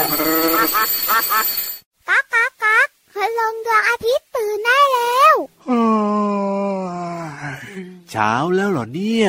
ก๊ากก๊ากก๊ากคืลงดวงอาทิตย์ตื่นได้แล้วเช้าแล้วเหรอเนี่ย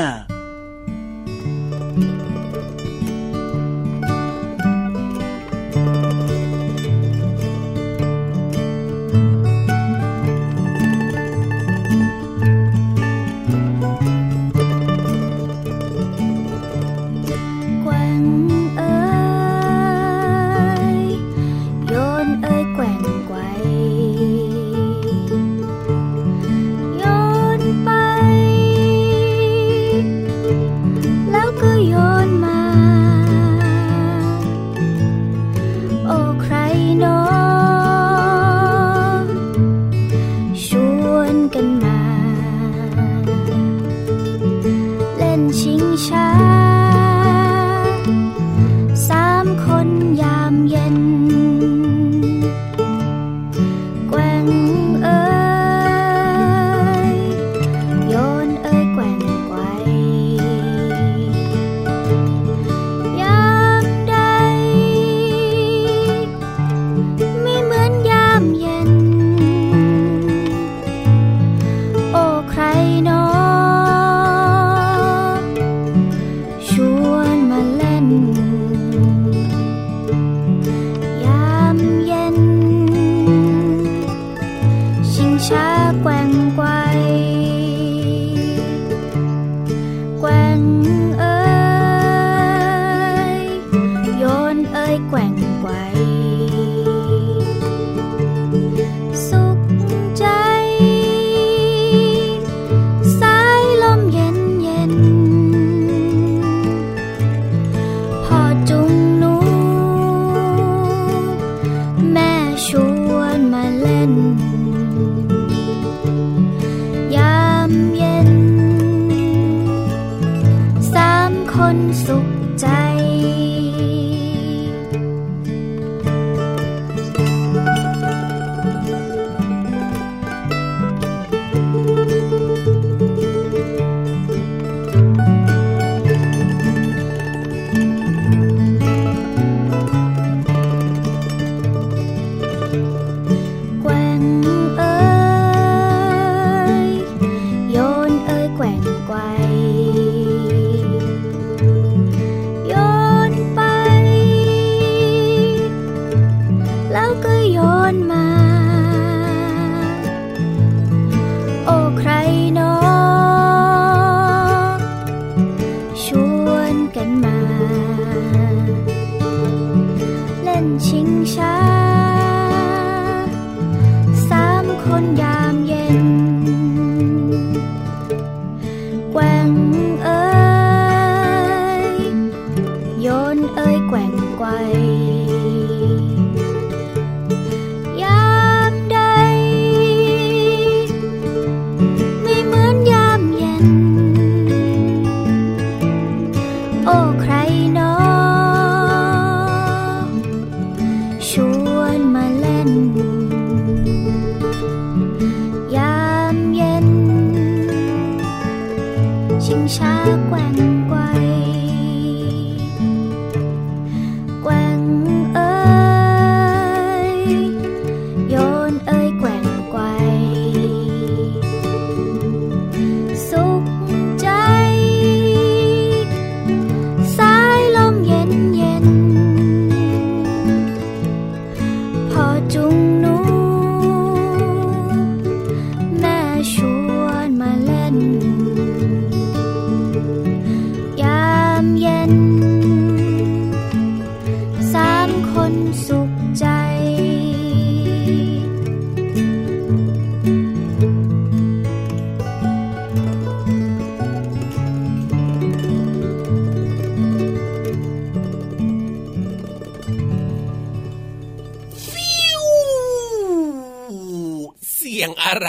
อะไร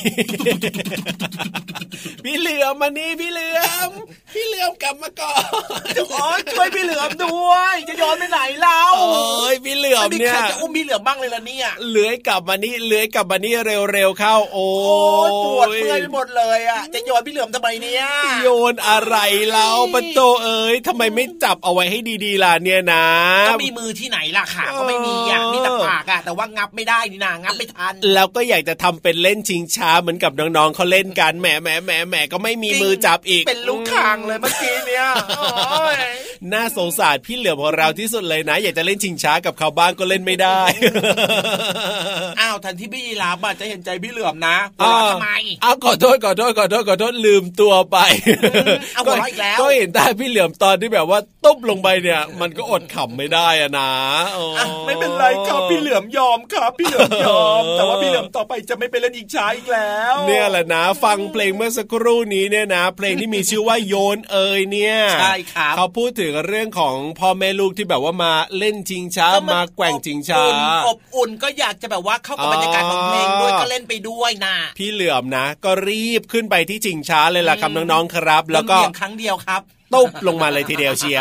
พี่เหลือมมานี่พี่เหลือมกลับมาก่อนโอ๊ยช่วยพี่เหลือมด้วยจะย้อนไปไหนเล่าโอ๊ยพี่เหลืออมเนี่ยใครจะอุ้มพี่เหลือมบ้างเลยล่ะเนี่ยเลื้อยกลับมานี่เร็วๆเข้าโอ้ยปวดเมื่อยไปหมดเลยอ่ะจะโยนพี่เหลือมทำไมเนี่ยโยนอะไรเราปะโตเอ๋ยทำไมไม่จับเอาไว้ให้ดีๆล่ะเนี่ยนะก็มีมือที่ไหนล่ะค่ะก็ไม่มีอ่ะมีแต่ปากอ่ะแต่ว่างับไม่ได้นี่นางับไม่ทันแล้วก็อยากจะทำเป็นเล่นชิงช้าเหมือนกับน้องๆเขาเล่นกันแหมก็ไม่มีมือจับอีกเป็นลูกคางเลยเมื่อกี้เนี่ยน่าสงสารพี่เหลือมของเราที่สุดเลยนะอยากจะเล่นชิงช้ากับเขาบ้างก็เล่นไม่ได้อ้าวทันที่พี่ยีราฟจะเห็นใจพี่เหลือมนะทำไมอ้าวขอโทษลืมตัวไปเอาหัวเราะอีกแล้วก็เห็นแต่พี่เหลือมตอนที่แบบว่าตุ๊บลงไปเนี่ยมันก็อดขำไม่ได้อะนะไม่เป็นไรครับพี่เหลือมยอมครับพี่เหลือมยอมแต่ว่าพี่เหลือมต่อไปจะไม่ไปเล่นชิงช้าอีกแล้วเนี่ยแหละนะฟังเพลงเมื่อสักครู่นี้เนี่ยนะเพลงที่มีชื่อว่าโยนเอ๋ยเนี่ยใช่ครับเขาพูดถึงเรื่องของพ่อแม่ลูกที่แบบว่ามาเล่นชิงช้ามาแกว่งชิงช้าอบอุ่นก็อยากจะแบบว่าเข้ากับบรรยากาศของเพลงด้วยก็เล่นไปด้วยนะพี่เหลือมนะก็รีบขึ้นไปที่ชิงช้าเลยล่ะครับน้องๆครับแล้วก็ครั้งเดียวครับตุ๊บลงมาเลยทีเดียวเชียว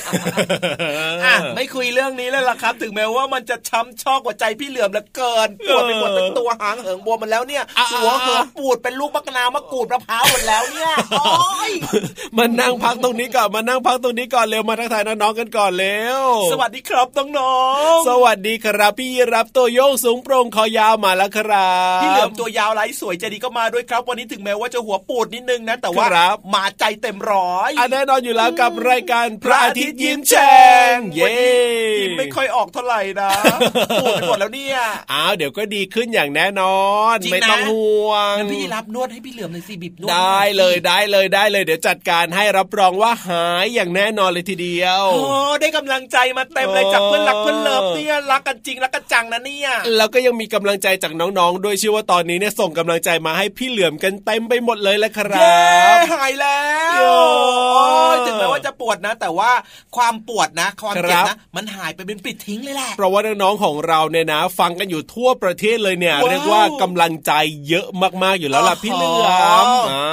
ไม่คุยเรื่องนี้เลยล่ะครับถึงแม้ว่ามันจะช้ำชอกหัวใจพี่เหลือมเหลือเกินปวดไปหมดทั้งตัวหางเหิงบวมมันแล้วเนี่ยหัวเหิงปูดเป็นลูกมะนาวมะกรูดมะพร้าวหมดแล้วเนี่ยโอ๊ยมานั่งพักตรงนี้ก่อนเร็วมาทักทายน้องๆกันก่อนเร็วสวัสดีครับน้องๆสวัสดีครับพี่รับตัวโยงสูงโปร่งคอยาวมาแล้วครับพี่เหลือมตัวยาวไหลสวยใจดีก็มาด้วยครับวันนี้ถึงแม้ว่าจะหัวปูดนิดนึงนะแต่ว่ามาใจเต็มร้อยแน่นอนอยู่แล้วกับรายการพระอาทิตย์ยิ้มแฉ่งเย้ยิ้มไม่ค่อยออกเท่าไหร่นะปวดไปหมดแล้วเนี่ยเดี๋ยวก็ดีขึ้นอย่างแน่นอนไม่ต้องห่วงพี่รับนวดให้พี่เหลือมในซีบิบนวดได้เลยเดี๋ยวจัดการให้รับรองว่าหายอย่างแน่นอนเลยทีเดียวโอ้ได้กำลังใจมาเต็มเลยจากเพื่อนรักเพื่อนเลิฟเนี่ยรักกันจริงรักกันจังนะเนี่ยแล้วก็ยังมีกำลังใจจากน้องๆด้วยเชื่อว่าตอนนี้เนี่ยส่งกำลังใจมาให้พี่เหลือมกันเต็มไปหมดเลยแหละครับหายแล้วถึงแม้ว่าจะปวดนะแต่ว่าความปวดนะความเจ็บนะมันหายไปเป็นปลิดทิ้งเลยแหละเพราะว่าน้องๆของเราเนี่ยนะฟังกันอยู่ทั่วประเทศเลยเนี่ยเรียกว่ากำลังใจเยอะมากๆอยู่แล้วล่ะพี่เหลือม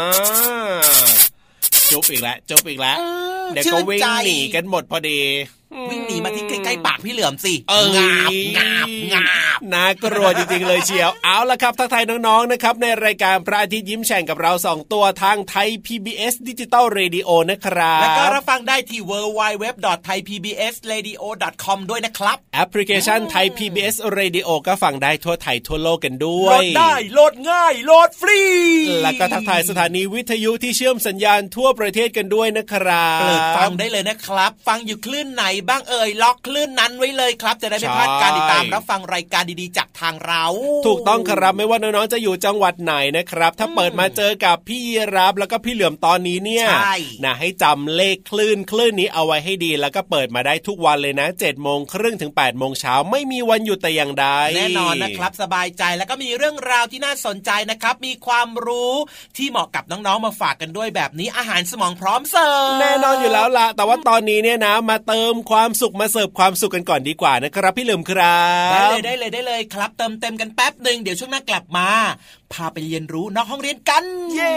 จุ๊บอีกแล้วเดี๋ยวก็วิ่งหนีกันหมดพอดีวิ่งหนีมาที่ใกล้ๆปากพี่เหลือมสิงาบน่ากลัวจริงๆเลยเชียวเอาล่ะครับทักทายน้องๆนะครับในรายการพระอาทิตย์ยิ้มแฉ่งกับเรา2ตัวทางไทย PBS Digital Radio นะครับแล้วก็รับฟังได้ที่ www.thaipbsradio.com ด้วยนะครับแอปพลิเคชันไทย PBS Radio ก็ฟังได้ทั่วไทยทั่วโลกกันด้วยโหลดได้โหลดง่ายโหลดฟรีแล้วก็ทักทายสถานีวิทยุที่เชื่อมสัญญาณทั่วประเทศกันด้วยนะครับเปิดฟังได้เลยนะครับฟังอยู่คลื่นไหนบ้างล็อกคลื่นนั้นไว้เลยครับจะได้ไม่พลาดการติดตามรับฟังรายการดีๆจากทางเราถูกต้องครับไม่ว่าน้องๆจะอยู่จังหวัดไหนนะครับถ้าเปิดมาเจอกับพี่รับแล้วก็พี่เหลือมตอนนี้เนี่ยนะให้จำเลขคลื่นนี้เอาไว้ให้ดีแล้วก็เปิดมาได้ทุกวันเลยนะ 7:30 ถึง 8:00 นไม่มีวันหยุดแต่อย่างใดแน่นอนนะครับสบายใจแล้วก็มีเรื่องราวที่น่าสนใจนะครับมีความรู้ที่เหมาะกับน้องๆมาฝากกันด้วยแบบนี้อาหารสมองพร้อมเสิร์ฟแน่นอนอยู่แล้วล่ะแต่ว่าตอนนี้เนี่ยนะมาเติมความสุขมาเสิร์ฟความสุขกันก่อนดีกว่านะครับพี่เหลิมครับได้เลยครับเติมเต็มกันแป๊บนึงเดี๋ยวช่วงหน้ากลับมาพาไปเรียนรู้นอกห้องเรียนกันเย้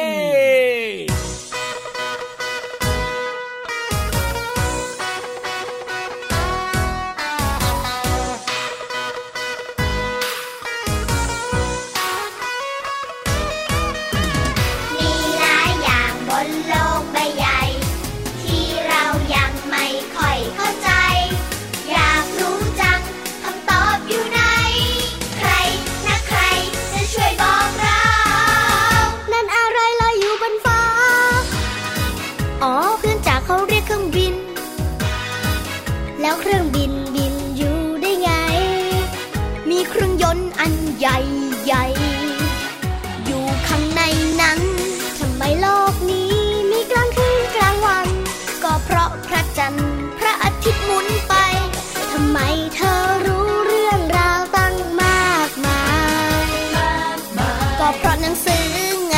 แล้วเครื่องบินบินอยู่ได้ไงมีเครื่องยนต์อันใหญ่ใหญ่อยู่ข้างในนั้นทำไมโลกนี้มีกลางคืนกลางวันก็เพราะพระจันทร์พระอาทิตย์หมุนไปทำไมเธอรู้เรื่องราวตั้งมากมายก็เพราะหนังสือไง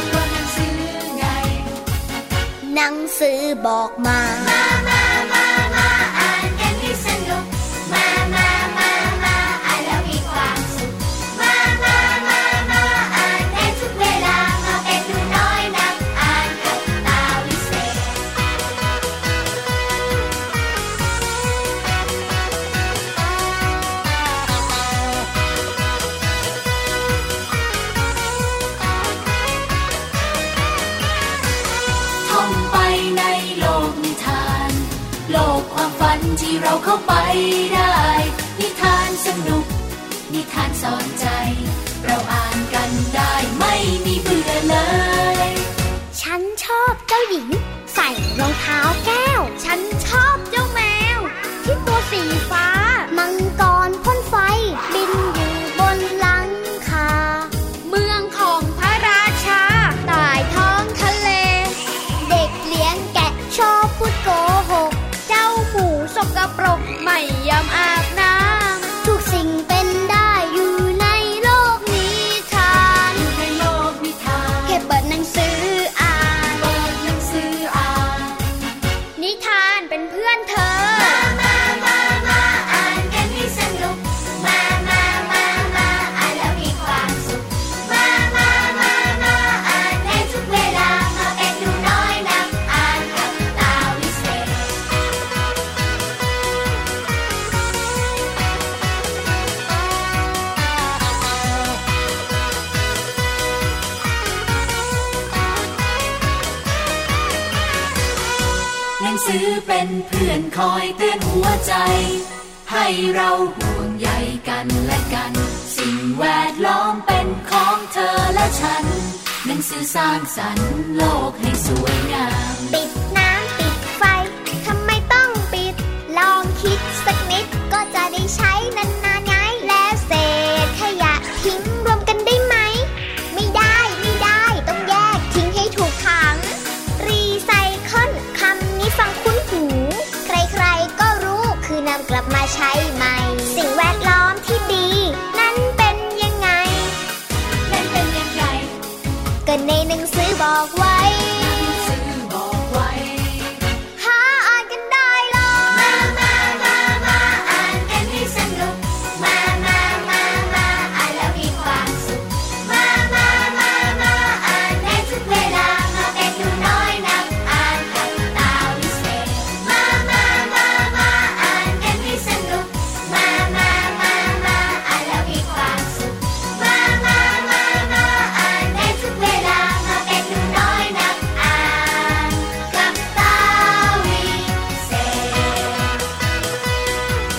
หนังสือบอกมาไปได้นิทานสนุกนิทานสอนใจเราอ่านกันได้ไม่มีเบื่อเลยฉันชอบเจ้าหญิงใส่รองเท้าแก้วฉันชอบเจ้าแมวที่ตัวสีฟ้ามังกรพ่นไฟบินอยู่บนหลังคาเมืองของพระราชาใต้ท้องทะเลเด็กเลี้ยงแกะชอบพูดโกหกเจ้าหมูสกปรกไม่ยอมอาบน้ำทุกสิ่งเป็นได้อยู่ในโลกนิทานอยู่ในโลกนิทานแค่เปิดหนังสืออ่านเปิดหนังสืออ่านนิทานเป็นเพื่อนเธอมาอ่านกันให้สนุกมาอ่านแล้วมีความสุขมาอ่านได้ทุกเวลามาเป็นหนูน้อยนักอ่านกับตาวิเศษหนังสือเป็นเพื่อนคอยเตือนหัวใจให้เราห่วงใยกันและกันสิ่งแวดล้อมเป็นของเธอและฉันหนังสือสร้างสรรค์โลกให้สวยงามปิดน้ำปิดไฟทำไมต้องปิดลองคิดสักนิดก็จะได้ใช้นานๆไงและเศษขยะทิ้งรวมกันได้ไหมไม่ได้ต้องแยกทิ้งให้ถูกถังรีไซเคิลคำนี้ฟังคุ้นหูใครๆก็รู้คือนำกลับมาใช้ใหม่สิ่งแวดล้อมที่ดีนั้นเป็นยังไงก็ในหนังสือบอกไว้หาอ่านกันได้เลยมาอ่านกันให้สนุกมาอ่านแล้วมีความสุขมาอ่านได้ทุกเวลามาเป็นหนูน้อยนักอ่านกับตาวิเศษมาอ่านกันให้สนุกมาอ่านแล้วมีความสุขมาอ่านได้ทุกเวลามาเป็นหนูน้อยนักอ่านกับตาวิเศษ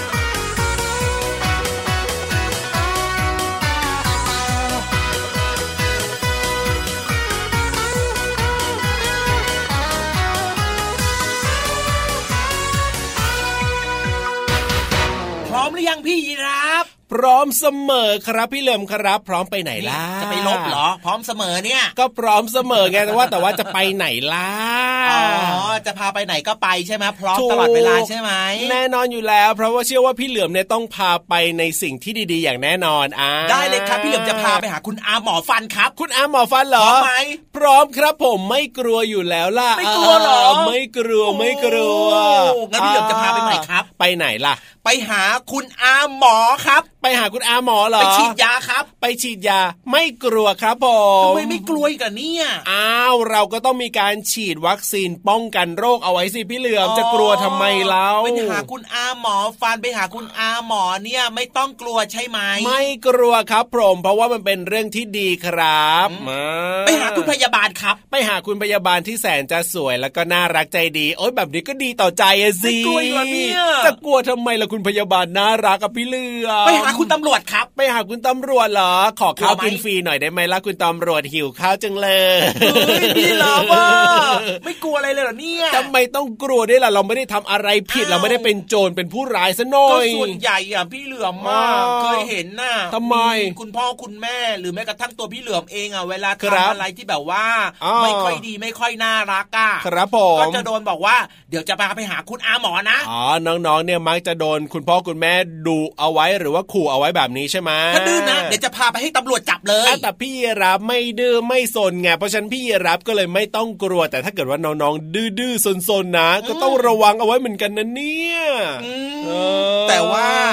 พร้อมหรือยังพี่ยีราฟพร้อมเสมอครับพี่เหลิมครับพร้อมไปไหนล่ะจะไปลบเหรอพร้อมเสมอเนี่ยก็พร้อมเสมอไงแต่ว่าจะไปไหนล่ะอ๋อจะพาไปไหนก็ไปใช่ไหมพร้อมตลอดเวลาใช่ไหมแน่นอนอยู่แล้วเพราะว่าเชื่อว่าพี่เหลือมเนี่ยต้องพาไปในสิ่งที่ดีๆอย่างแน่นอนได้เลยครับพี่เหลือมจะพาไปหาคุณอาหมอฟันครับคุณอาหมอฟันเหรอพร้อมไหมพร้อมครับผมไม่กลัวอยู่แล้วล่ะไม่กลัวหรอไม่กลัวงั้นพี่เหลือมจะพาไปไหนครับไปไหนล่ะไปหาคุณอาหมอครับไปหาคุณอาหมอเหรอไปฉีดยาครับไปฉีดยาไม่กลัวครับผมทำไมไม่กลัวอีกอะเนี่ยเราก็ต้องมีการฉีดวัคซีนป้องกันโรคเอาไว้สิพี่เหลือมจะกลัวทำไมเล่าไปหาคุณอาหมอฟันไปหาคุณอาหมอเนี่ยไม่ต้องกลัวใช่ไหมไม่กลัวครับผมเพราะว่ามันเป็นเรื่องที่ดีครับไปหาคุณพยาบาลครับไปหาคุณพยาบาลที่แสนจะสวยแล้วก็น่ารักใจดีโอ๊ยแบบนี้ก็ดีต่อใจอะสิไม่กลัวอีกแล้วเนี่ยจะกลัวทำไมล่ะคุณพยาบาลน่ารักกับพี่เหลือมไปหาคุณตำรวจครับไปหาคุณตำรวจเหรอขอข้าวกินฟรีหน่อยได้ไหมล่ะคุณตำรวจหิวข้าวจังเลยพี่เหลิมว่าไม่กลัวอะไรเลยเหรอเนี่ยทำไมต้องกลัวด้วยล่ะเราไม่ได้ทำอะไรผิดเราไม่ได้เป็นโจรเป็นผู้ร้ายซะหน่อยก็ส่วนใหญ่อะพี่เหลือมมากเคยเห็นน่ะทำไมคุณพ่อคุณแม่หรือแม้กระทั่งตัวพี่เหลือมเองอะเวลาทำอะไรที่แบบว่าไม่ค่อยดีไม่ค่อยน่ารักอะครับผมก็จะโดนบอกว่าเดี๋ยวจะพาไปหาคุณอาหมอนะน้องๆเนี่ยมักจะโดนคุณพ่อคุณแม่ดุเอาไว้หรือว่าขู่เอาไว้แบบนี้ใช่ไหมถ้าดื้อนะเดี๋ยวจะพาไปให้ตำรวจจับเลยแต่พี่รับไม่ดื้อไม่ซนไงเพราะฉะนั้นพี่รับก็เลยไม่ต้องกลัวแต่ถ้าเกิดว่าน้องๆดื้อๆซนๆนะก็ต้องระวังเอาไว้เหมือนกันนะเนี่ยแต่ว่า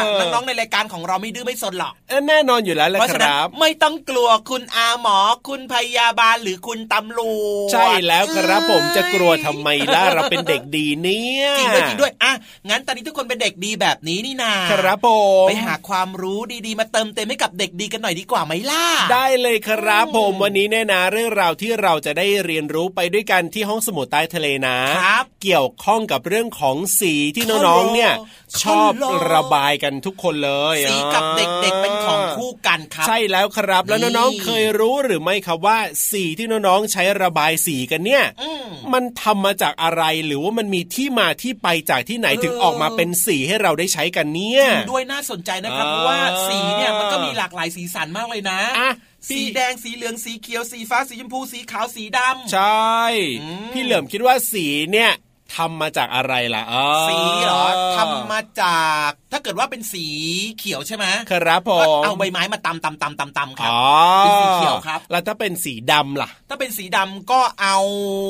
น้องๆในรายการของเราไม่ดื้อไม่สนหรอกแน่นอนอยู่แล้วแหละครับไม่ต้องกลัวคุณอาหมอคุณพยาบาลหรือคุณตำรวจใช่แล้วครับผมจะกลัวทำไมล่ะเราเป็นเด็กดีเนี่ยจริงด้วยงั้นตอนนี้ทุกคนเป็นเด็กดีแบบนี้นี่นาครับผมไปหาความรู้ดีๆมาเติมเต็มให้กับเด็กดีกันหน่อยดีกว่าไหมล่ะได้เลยครับผมวันนี้เนี่ยนะเรื่องราวที่เราจะได้เรียนรู้ไปด้วยกันที่ห้องสมุดใต้ทะเลนะครับเกี่ยวข้องกับเรื่องของสีที่น้องๆเนี่ยชอบระบายกันทุกคนเลยสีกับเด็กๆเป็นของคู่กันครับใช่แล้วครับแล้วน้องๆเคยรู้หรือไม่ครับว่าสีที่น้องๆใช้ระบายสีกันเนี่ยมันทำมาจากอะไรหรือว่ามันมีที่มาที่ไปจากที่ไหนถึงออกมาเป็นสีให้เราได้ใช้กันเนี่ยด้วยน่าสนใจนะครับเพราะว่าสีเนี่ยมันก็มีหลากหลายสีสันมากเลยนะสีแดงสีเหลืองสีเขียวสีฟ้าสีชมพูสีขาวสีดำใช่พี่เหลือมคิดว่าสีเนี่ยทำมาจากอะไรล่ะสีเหรอทำมาจากถ้าเกิดว่าเป็นสีเขียวใช่ไหมครับผมเอาใบไม้มาตำครับเป็นสีเขียวครับแล้วถ้าเป็นสีดำล่ะถ้าเป็นสีดำก็เอา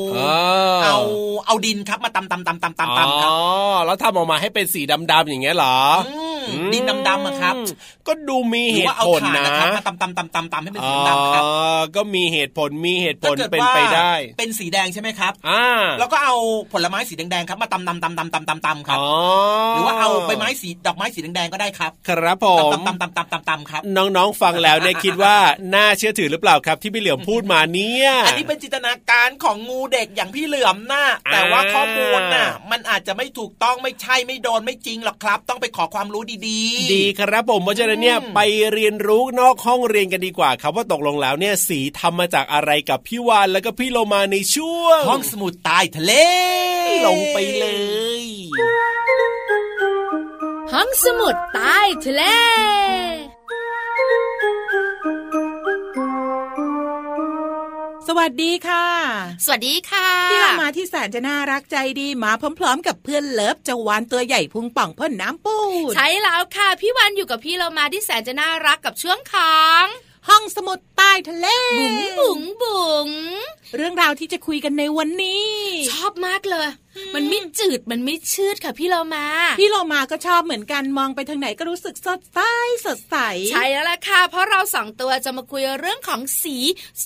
ดินครับมาตำครับแล้วทำออกมาให้เป็นสีดำๆอย่างเงี้ยเหรอดินดำๆครับก็ดูมีเหตุผลนะมาตำให้เป็นสีดำครับก็มีเหตุผลเป็นไปได้เป็นสีแดงใช่ไหมครับแล้วก็เอาผลไม้สีแดงๆครับมาตำครับหรือว่าเอาใบไม้สีดอกไม้สีแดงๆก็ได้ครับครับผมตำครับน้องๆฟังแล้วเนี่ยคิดว่าน่าเชื่อถือหรือเปล่าครับที่พี่เหลือมพูดมาเนี่ยอันนี้เป็นจินตนาการของงูเด็กอย่างพี่เหลือมน่ะแต่ว่าข้อมูลน่ะมันอาจจะไม่ถูกต้องไม่ใช่ไม่โดนไม่จริงหรอกครับต้องไปขอความรู้ดีครับผมเพราะฉะนั้นเนี่ยไปเรียนรู้นอกห้องเรียนกันดีกว่าครับว่าตกลงแล้วเนี่ยสีทำมาจากอะไรกับพี่วานแล้วก็พี่โลมาในช่วงห้องสมุดใต้ทะเลลงไปเลยห้องสมุดใต้ทะเลสวัสดีค่ะสวัสดีค่ะพี่เรามาที่แสนจะน่ารักใจดีมาพร้อมๆกับเพื่อนเลิฟเจ้าวานตัวใหญ่พุงป่องพ่นน้ำปูดใช่แล้วค่ะพี่วานอยู่กับพี่เรามาที่แสนจะน่ารักกับช่วงของห้องสมุดใต้ทะเลบุ๋งเรื่องราวที่จะคุยกันในวันนี้ชอบมากเลยมันไม่จืดมันไม่ชืดค่ะพี่เรามาก็ชอบเหมือนกันมองไปทางไหนก็รู้สึกสดใสใช่แล้วล่ะค่ะเพราะเราสองตัวจะมาคุยเรื่องของสี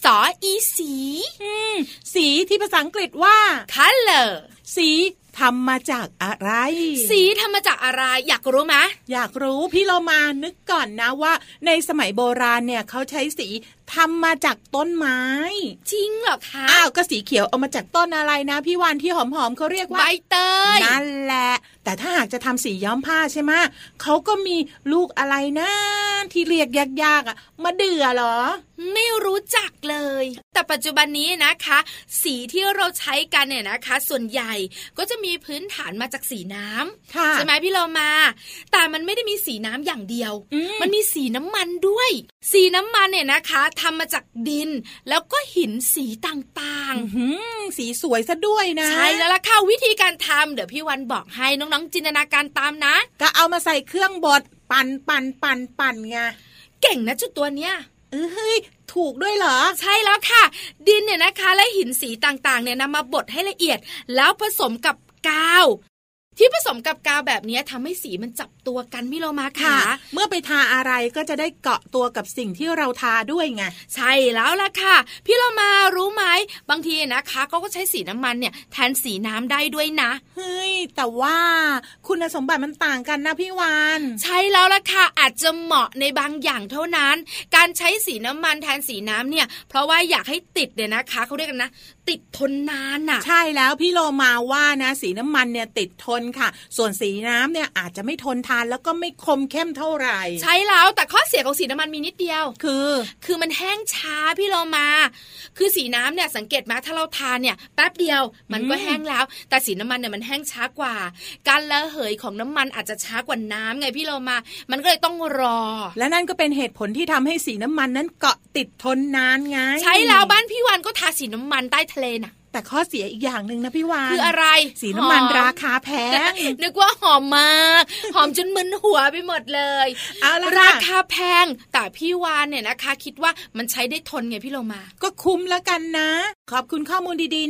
สีที่ภาษาอังกฤษว่า color สีทำมาจากอะไรสีทำมาจากอะไรอยากรู้ไหมอยากรู้พี่เรามานึกก่อนนะว่าในสมัยโบราณเนี่ยเขาใช้สีทำมาจากต้นไม้จริงเหรอคะก็สีเขียวเอามาจากต้นอะไรนะพี่วานที่หอมๆเขาเรียกว่าใบเตยนั่นแหละแต่ถ้าหากจะทำสีย้อมผ้าใช่ไหมเขาก็มีลูกอะไรนะที่เรียกยากๆมะเดื่อเหรอไม่รู้จักเลยแต่ปัจจุบันนี้นะคะสีที่เราใช้กันเนี่ยนะคะส่วนใหญ่ก็จะมีพื้นฐานมาจากสีน้ำใช่ไหมพี่เรามาแต่มันไม่ได้มีสีน้ำอย่างเดียวมันมีสีน้ำมันด้วยสีน้ำมันเนี่ยนะคะทำมาจากดินแล้วก็หินสีต่างๆสีสวยซะด้วยนะใช่แล้วล่ะค่ะวิธีการทำเดี๋ยวพี่วันบอกให้น้องๆจินตนาการตามนะก็เอามาใส่เครื่องบดปั่นไงเก่งนะจุดตัวเนี้ยเฮ้ยถูกด้วยเหรอใช่แล้วค่ะดินเนี่ยนะคะและหินสีต่างๆเนี่ยนำมาบดให้ละเอียดแล้วผสมกับกาวที่ผสมกับกาวแบบนี้ทำให้สีมันจับตัวกันพี่โลมาค่ะเมื่อไปทาอะไรก็จะได้เกาะตัวกับสิ่งที่เราทาด้วยไงใช่แล้วล่ะค่ะพี่โลมารู้ไหมบางทีนะคะเขาก็ใช้สีน้ำมันเนี่ยแทนสีน้ำได้ด้วยนะเฮ้ยแต่ว่าคุณสมบัติมันต่างกันนะพี่วานใช่แล้วล่ะค่ะอาจจะเหมาะในบางอย่างเท่านั้นการใช้สีน้ำมันแทนสีน้ำเนี่ยเพราะว่าอยากให้ติดเนี่ยนะคะเขาเรียกกันนะติดทนนานน่ะใช่แล้วพี่โลมาว่านะสีน้ำมันเนี่ยติดทนค่ะส่วนสีน้ำเนี่ยอาจจะไม่ทนทานแล้วก็ไม่คมเข้มเท่าไหร่ใช่แล้วแต่ข้อเสียของสีน้ำมันมีนิดเดียวคือมันแห้งช้าพี่โลมาคือสีน้ำเนี่ยสังเกตมาถ้าเราทานเนี่ยแป๊บเดียวมันก็แห้งแล้วแต่สีน้ำมันเนี่ยมันแห้งช้ากว่าการระเหยของน้ำมันอาจจะช้ากว่าน้ำไงพี่โลมามันก็เลยต้องรอและนั่นก็เป็นเหตุผลที่ทำให้สีน้ำมันนั้นเกาะติดทนนานไงใช่แล้วบ้านพี่วานก็ทาสีน้ำมันใต้ทะเลน่ะแต่ข้อเสียอีกอย่างนึงนะพี่วานคืออะไรสีน้ำมันราคาแพงนึกว่าหอมมากหอมจนมึนหัวไปหมดเลยราคาแพงแต่พี่วานเนี่ยนะคะคิดว่ามันใช้ได้ทนไงพี่โลมาก็คุ้มแล้วกันนะขอบคุณข้อมูลดีๆนี้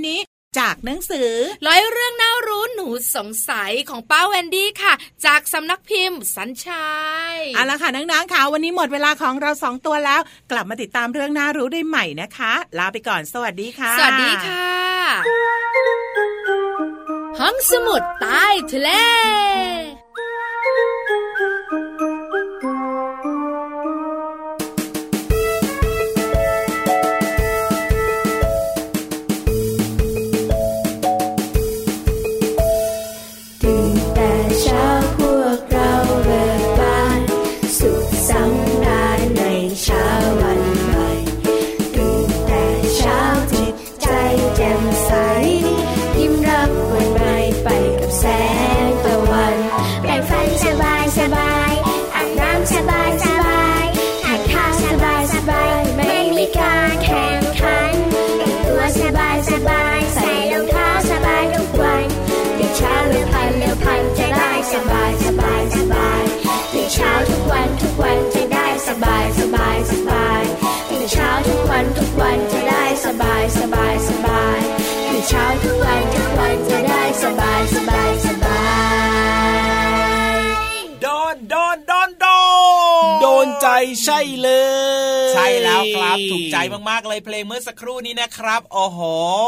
จากหนังสือ 100 เรื่องน่ารู้หนูสงสัยของป้าแวนดี้ค่ะจากสำนักพิมพ์สัญชัยเอาละค่ะน้องๆค่ะวันนี้หมดเวลาของเรา2ตัวแล้วกลับมาติดตามเรื่องน่ารู้ได้ใหม่นะคะลาไปก่อนสวัสดีค่ะสวัสดีค่ะห้องสมุดใต้ทะเลทุกวันจะได้สบายสบายสบายตื่นเช้าทุกวันจะได้สบายสบายสบายโดนใจใช่เลยใช่แล้วครับถูกใจมากๆเลยเพลงเมื่อสักครู่นี้นะครับโอ้โห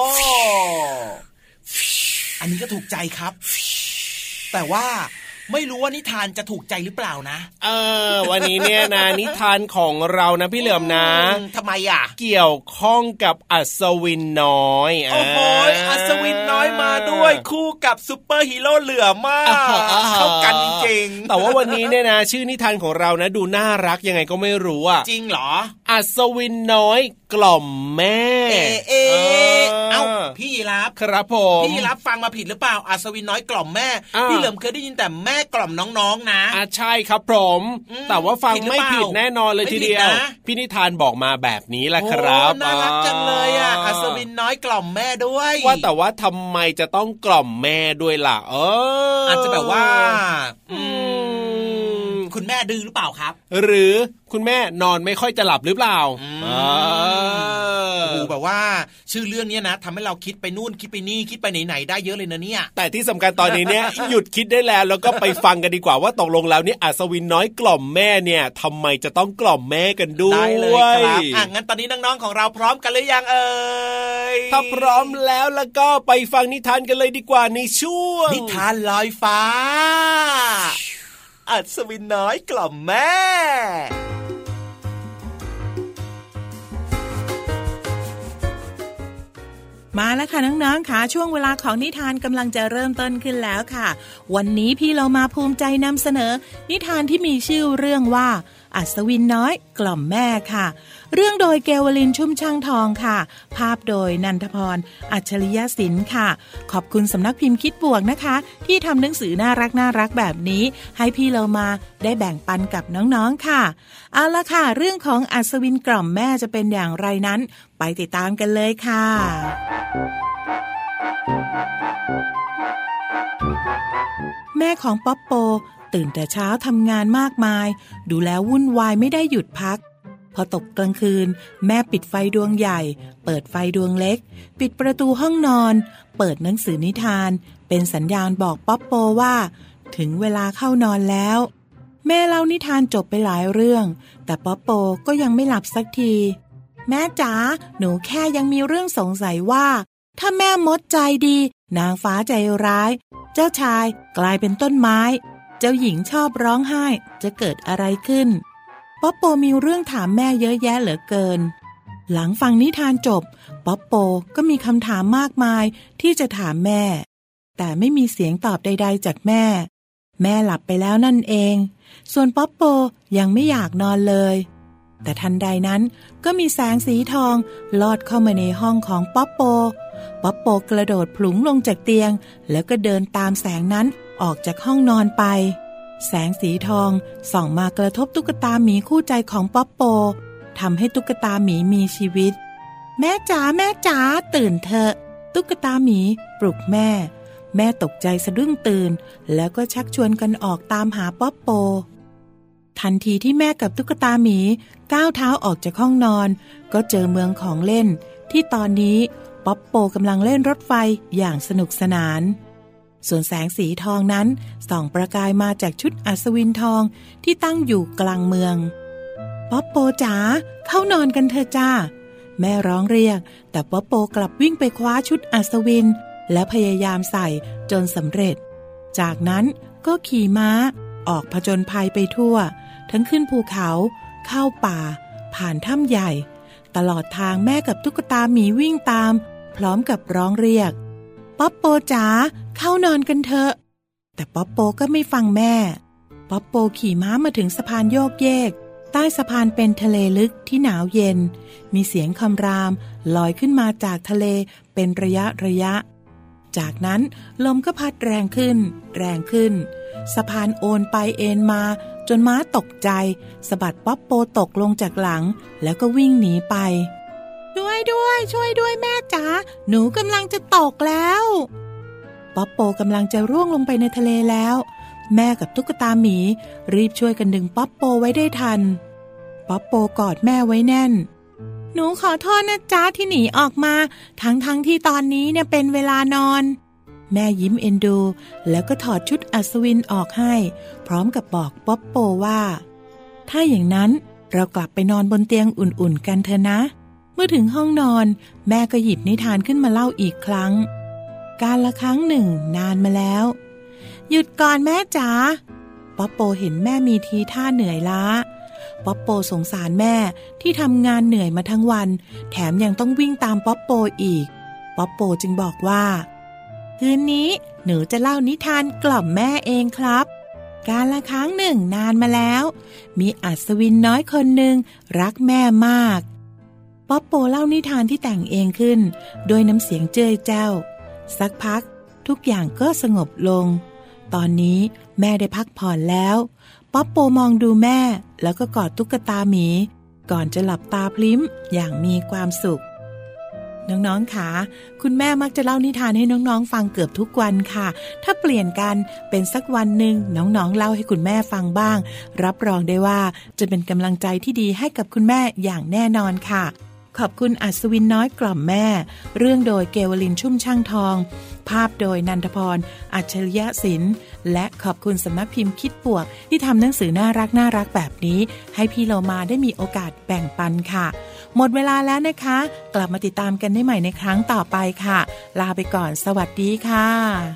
อันนี้ก็ถูกใจครับแต่ว่าไม่รู้ว่านิทานจะถูกใจหรือเปล่านะวันนี้เนี่ยนะนิทานของเรานะพี่เหลือมนะทำไมอ่ะเกี่ยวข้องกับอัศวินน้อยโอ้โหอัศวินน้อยมาด้วยคู่กับซุปเปอร์ฮีโร่เหลือมากเข้ากันจริงแต่ว่าวันนี้เนี่ยนะชื่อนิทานของเรานะดูน่ารักยังไงก็ไม่รู้อ่ะจริงเหรออัศวินน้อยกล่อมแม่เอ้าพี่ยีรับครับผมพี่ยีรับฟังมาผิดหรือเปล่าอัศวินน้อยกล่อมแม่พี่เหลือมเคยได้ยินแต่แม่กล่อมน้องๆนะใช่ครับผมแต่ว่าฟังไม่ผิดแน่นอนเลยทีเดียวพี่นิทานบอกมาแบบนี้แหละครับน่ารักจังเลยอ่ะอัศวินน้อยกล่อมแม่ด้วยว่าแต่ว่าทำไมจะต้องกล่อมแม่ด้วยล่ะอาจจะแบบว่าคุณแม่ดื้อหรือเปล่าครับหรือคุณแม่นอนไม่ค่อยจะหลับหรือเปล่าโอ้แบบว่าชื่อเรื่องนี้นะทำให้เราคิดไปนู่นคิดไปนี่คิดไปไหนๆได้เยอะเลยนะเนี่ยแต่ที่สำคัญตอนนี้เนี่ย หยุดคิดได้แล้วก็ไปฟังกันดีกว่าว่าตกลงแล้วนี่อัศวินน้อยกล่อมแม่เนี่ยทำไมจะต้องกล่อมแม่กันด้วยได้เลยครับงั้นตอนนี้น้องๆของเราพร้อมกันหรือยังถ้าพร้อมแล้วก็ไปฟังนิทานกันเลยดีกว่าในช่วงนิทานลอยฟ้าอัศวินน้อยกล่อมแม่มาแล้วค่ะน้องๆค่ะช่วงเวลาของนิทานกำลังจะเริ่มต้นขึ้นแล้วค่ะวันนี้พี่เรามาภูมิใจนำเสนอนิทานที่มีชื่อเรื่องว่าอัศวินน้อยกล่อมแม่ค่ะเรื่องโดยเกวลินชุ่มช่างทองค่ะภาพโดยนันทพรอัจฉริยศิลป์ค่ะขอบคุณสำนักพิมพ์คิดบวกนะคะที่ทำหนังสือน่ารักแบบนี้ให้พี่เรามาได้แบ่งปันกับน้องๆค่ะเอาล่ะค่ะเรื่องของอัศวินกล่อมแม่จะเป็นอย่างไรนั้นไปติดตามกันเลยค่ะแม่ของป๊อปโปตื่นแต่เช้าทำงานมากมายดูแล้ววุ่นวายไม่ได้หยุดพักพอตกกลางคืนแม่ปิดไฟดวงใหญ่เปิดไฟดวงเล็กปิดประตูห้องนอนเปิดหนังสือนิทานเป็นสัญญาณบอกป๊อปโปว่าถึงเวลาเข้านอนแล้วแม่เล่านิทานจบไปหลายเรื่องแต่ป๊อปโปก็ยังไม่หลับสักทีแม่จ๋าหนูแค่ยังมีเรื่องสงสัยว่าถ้าแม่มดใจดีนางฟ้าใจร้ายเจ้าชายกลายเป็นต้นไม้เจ้าหญิงชอบร้องไห้จะเกิดอะไรขึ้นป๊อปโปมีเรื่องถามแม่เยอะแยะเหลือเกินหลังฟังนิทานจบป๊อปโปก็มีคำถามมากมายที่จะถามแม่แต่ไม่มีเสียงตอบใดๆจากแม่หลับไปแล้วนั่นเองส่วนป๊อปโปยังไม่อยากนอนเลยแต่ทันใดนั้นก็มีแสงสีทองลอดเข้ามาในห้องของป๊อปโปกระโดดพลุงลงจากเตียงแล้วก็เดินตามแสงนั้นออกจากห้องนอนไปแสงสีทองส่องมากระทบตุ๊กตาหมีคู่ใจของป๊อปโปทำให้ตุ๊กตาหมีมีชีวิตแม่จ๋าตื่นเถอะตุ๊กตาหมีปลุกแม่ตกใจสะดุ้งตื่นแล้วก็ชักชวนกันออกตามหาป๊อปโปทันทีที่แม่กับตุ๊กตาหมีก้าวเท้าออกจากห้องนอนก็เจอเมืองของเล่นที่ตอนนี้ป๊อปโปกำลังเล่นรถไฟอย่างสนุกสนานส่วนแสงสีทองนั้นส่องประกายมาจากชุดอัศวินทองที่ตั้งอยู่กลางเมืองป๊อปโปจ๋าเข้านอนกันเถอะจ้าแม่ร้องเรียกแต่ป๊อปโปกลับวิ่งไปคว้าชุดอัศวินและพยายามใส่จนสำเร็จจากนั้นก็ขี่ม้าออกผจญภัยไปทั่วทั้งขึ้นภูเขาเข้าป่าผ่านถ้ำใหญ่ตลอดทางแม่กับตุ๊กตาหมีวิ่งตามพร้อมกับร้องเรียกป๊อปโปจ๋าเข้านอนกันเถอะแต่ป๊อปโปก็ไม่ฟังแม่ป๊อปโปขี่ม้ามาถึงสะพานโยกเยกใต้สะพานเป็นทะเลลึกที่หนาวเย็นมีเสียงคำรามลอยขึ้นมาจากทะเลเป็นระยะจากนั้นลมก็พัดแรงขึ้นสะพานโอนไปเอ็นมาจนม้าตกใจสะบัดป๊อปโปตกลงจากหลังแล้วก็วิ่งหนีไปช่วยด้วยแม่จ๋าหนูกำลังจะตกแล้วป๊อปโปกำลังจะร่วงลงไปในทะเลแล้วแม่กับตุ๊กตาหมีรีบช่วยกันดึงป๊อปโปไว้ได้ทันป๊อปโปกอดแม่ไว้แน่นหนูขอโทษนะจ๊ะที่หนีออกมาทั้งที่ตอนนี้เนี่ยเป็นเวลานอนแม่ยิ้มเอ็นดูแล้วก็ถอดชุดอัศวินออกให้พร้อมกับบอกป๊อปโปว่าถ้าอย่างนั้นเรากลับไปนอนบนเตียงอุ่นๆกันเถอะนะเมื่อถึงห้องนอนแม่ก็หยิบนิทานขึ้นมาเล่าอีกครั้งการละครั้งหนึ่งนานมาแล้วหยุดก่อนแม่จ๋าป๊อปโปเห็นแม่มีทีท่าเหนื่อยล้าป๊อปโปสงสารแม่ที่ทำงานเหนื่อยมาทั้งวันแถมยังต้องวิ่งตามป๊อปโปอีกป๊อปโปจึงบอกว่าคืนนี้หนูจะเล่านิทานกล่อมแม่เองครับการละครั้งหนึ่งนานมาแล้วมีอัศวินน้อยคนหนึ่งรักแม่มากป๊อปโปเล่านิทานที่แต่งเองขึ้นโดยน้ำเสียงเจ้ยแจ้วสักพักทุกอย่างก็สงบลงตอนนี้แม่ได้พักผ่อนแล้วป๊อปโปมองดูแม่แล้วก็กอดตุ๊กตาหมีก่อนจะหลับตาพลิ้มอย่างมีความสุขน้องๆค่ะคุณแม่มักจะเล่านิทานให้น้องๆฟังเกือบทุกวันค่ะถ้าเปลี่ยนกันเป็นสักวันหนึ่งน้องๆเล่าให้คุณแม่ฟังบ้างรับรองได้ว่าจะเป็นกำลังใจที่ดีให้กับคุณแม่อย่างแน่นอนค่ะขอบคุณอัศวินน้อยกล่อมแม่เรื่องโดยเกวลินชุ่มช่างทองภาพโดยนันทพรอัจฉริยะศิลป์และขอบคุณสำนักพิมพ์คิดบวกที่ทำหนังสือน่ารักแบบนี้ให้พี่โลมาได้มีโอกาสแบ่งปันค่ะหมดเวลาแล้วนะคะกลับมาติดตามกันได้ใหม่ในครั้งต่อไปค่ะลาไปก่อนสวัสดีค่ะ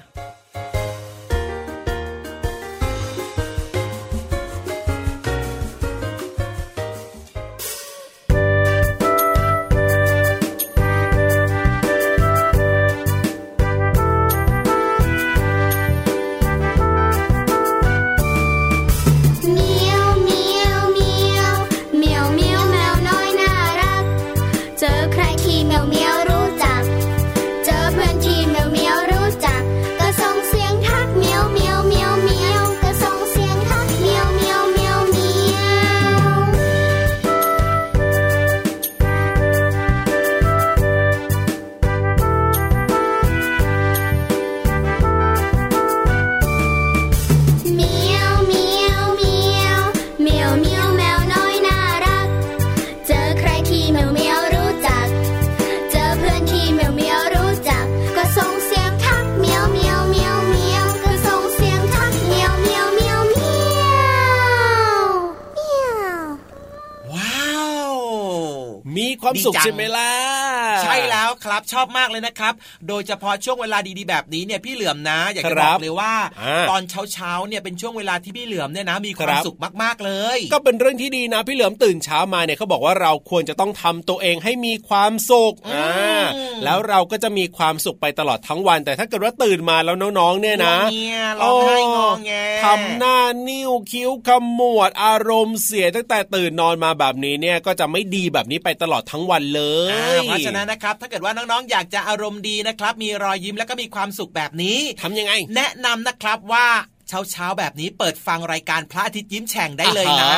ความสุขใช่ไหมล่ะใช่แล้วครับชอบมากเลยนะครับโดยเฉพาะช่วงเวลาดีๆแบบนี้เนี่ยพี่เหลือมนะอยากจะบอกเลยว่าตอนเช้าเนี่ยเป็นช่วงเวลาที่พี่เหลือมเนี่ยนะมีความสุขมากๆเลยก็เป็นเรื่องที่ดีนะพี่เหลือมตื่นเช้ามาเนี่ยเขาบอกว่าเราควรจะต้องทำตัวเองให้มีความสุขแล้วเราก็จะมีความสุขไปตลอดทั้งวันแต่ถ้าเกิดว่าตื่นมาแล้วน้องๆเนี่ยนะร้องไห้งอแงทำหน้านิ้วคิ้วขมวดอารมณ์เสียตั้งแต่ตื่นนอนมาแบบนี้เนี่ยก็จะไม่ดีแบบนี้ไปตลอดทั้งวันเลยเพราะฉะนั้นนะครับถ้าเกิดว่าน้องๆอยากจะอารมณ์ดีนะครับมีรอยยิ้มแล้วก็มีความสุขแบบนี้ทำยังไงแนะนำนะครับว่าเช้าแบบนี้เปิดฟังรายการพระอาทิตย์ยิ้มแฉ่งได้เลยนะ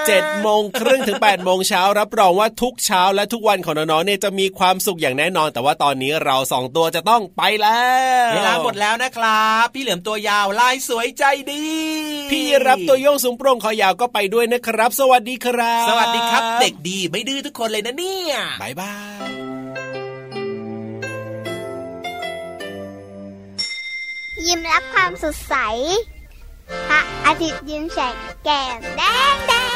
7:30 ถึง 8:00 เช้ารับรองว่าทุกเช้าและทุกวันของน้องๆเนี่ยจะมีความสุขอย่างแน่นอนแต่ว่าตอนนี้เรา2ตัวจะต้องไปแล้วเวลาหมดแล้วนะครับพี่เหลือมตัวยาวลายสวยใจดีพี่รับตัวโยงสูงโปร่งคอยาวก็ไปด้วยนะครับสวัสดีครับสวัสดีครับเด็กดีไม่ดื้อทุกคนเลยนะเนี่ยบ๊ายบายยิ้มรับความสดใสพระอาทิตย์ยิ้มแฉกแก้มแดง